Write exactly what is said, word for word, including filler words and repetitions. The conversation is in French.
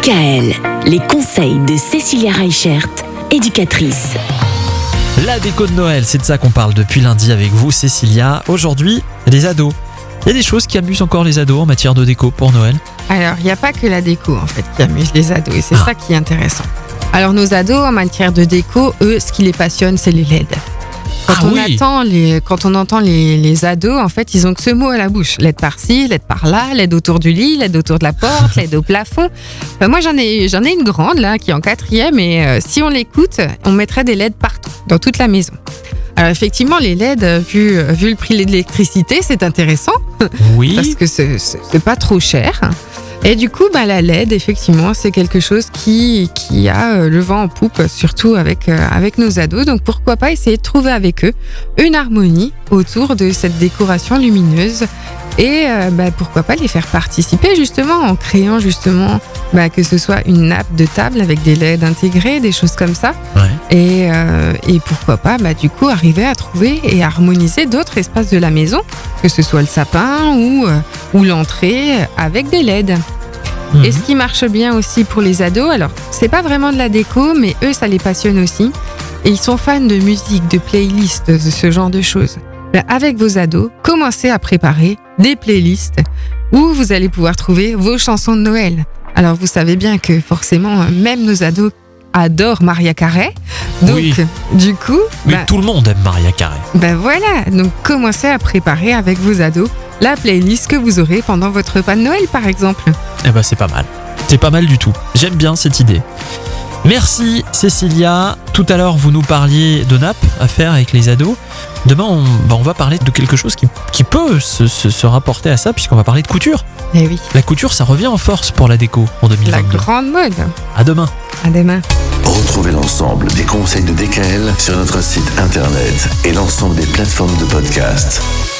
D K L, les conseils de Cécilia Reichert, éducatrice. La déco de Noël, c'est de ça qu'on parle depuis lundi avec vous, Cécilia. Aujourd'hui, les ados. Il y a des choses qui amusent encore les ados en matière de déco pour Noël. Alors, il n'y a pas que la déco en fait qui amuse les ados et c'est Ah. ça qui est intéressant. Alors, nos ados en matière de déco, eux, ce qui les passionne, c'est les L E D. Quand, Ah on, oui. attend les, quand on entend les, les ados, en fait, ils ont que ce mot à la bouche. L E D par-ci, L E D par-là, L E D autour du lit, L E D autour de la porte, L E D au plafond. Enfin, moi, j'en ai, j'en ai une grande là qui est en quatrième et euh, si on l'écoute, on mettrait des L E D partout, dans toute la maison. Alors effectivement, les L E D, vu, vu le prix de l'électricité, c'est intéressant Oui. parce que c'est, c'est, c'est pas trop cher. Et du coup, bah, la L E D, effectivement, c'est quelque chose qui, qui a euh, le vent en poupe, surtout avec, euh, avec nos ados. Donc pourquoi pas essayer de trouver avec eux une harmonie autour de cette décoration lumineuse et euh, bah, pourquoi pas les faire participer justement en créant justement bah, que ce soit une nappe de table avec des L E D intégrés, des choses comme ça. Ouais. Et, euh, et pourquoi pas bah, du coup arriver à trouver et harmoniser d'autres espaces de la maison, que ce soit le sapin ou, euh, ou l'entrée avec des L E D. Mhm. Et ce qui marche bien aussi pour les ados, alors c'est pas vraiment de la déco, mais eux ça les passionne aussi. Et ils sont fans de musique, de playlists, de ce genre de choses. Ben, avec vos ados, commencez à préparer des playlists où vous allez pouvoir trouver vos chansons de Noël. Alors vous savez bien que forcément, même nos ados adorent Mariah Carey. Donc Oui. du coup, Mais ben, tout le monde aime Mariah Carey. ben voilà, donc commencez à préparer avec vos ados la playlist que vous aurez pendant votre repas de Noël par exemple. Eh ben c'est pas mal. C'est pas mal du tout. J'aime bien cette idée. Merci Cécilia. Tout à l'heure, vous nous parliez de nappes à faire avec les ados. Demain, on, bah, on va parler de quelque chose qui, qui peut se, se, se rapporter à ça, puisqu'on va parler de couture. Eh oui, La couture, ça revient en force pour la déco en deux mille la vingt-deux. grande mode. À demain. À demain. Retrouvez l'ensemble des conseils de D K L sur notre site internet et l'ensemble des plateformes de podcast.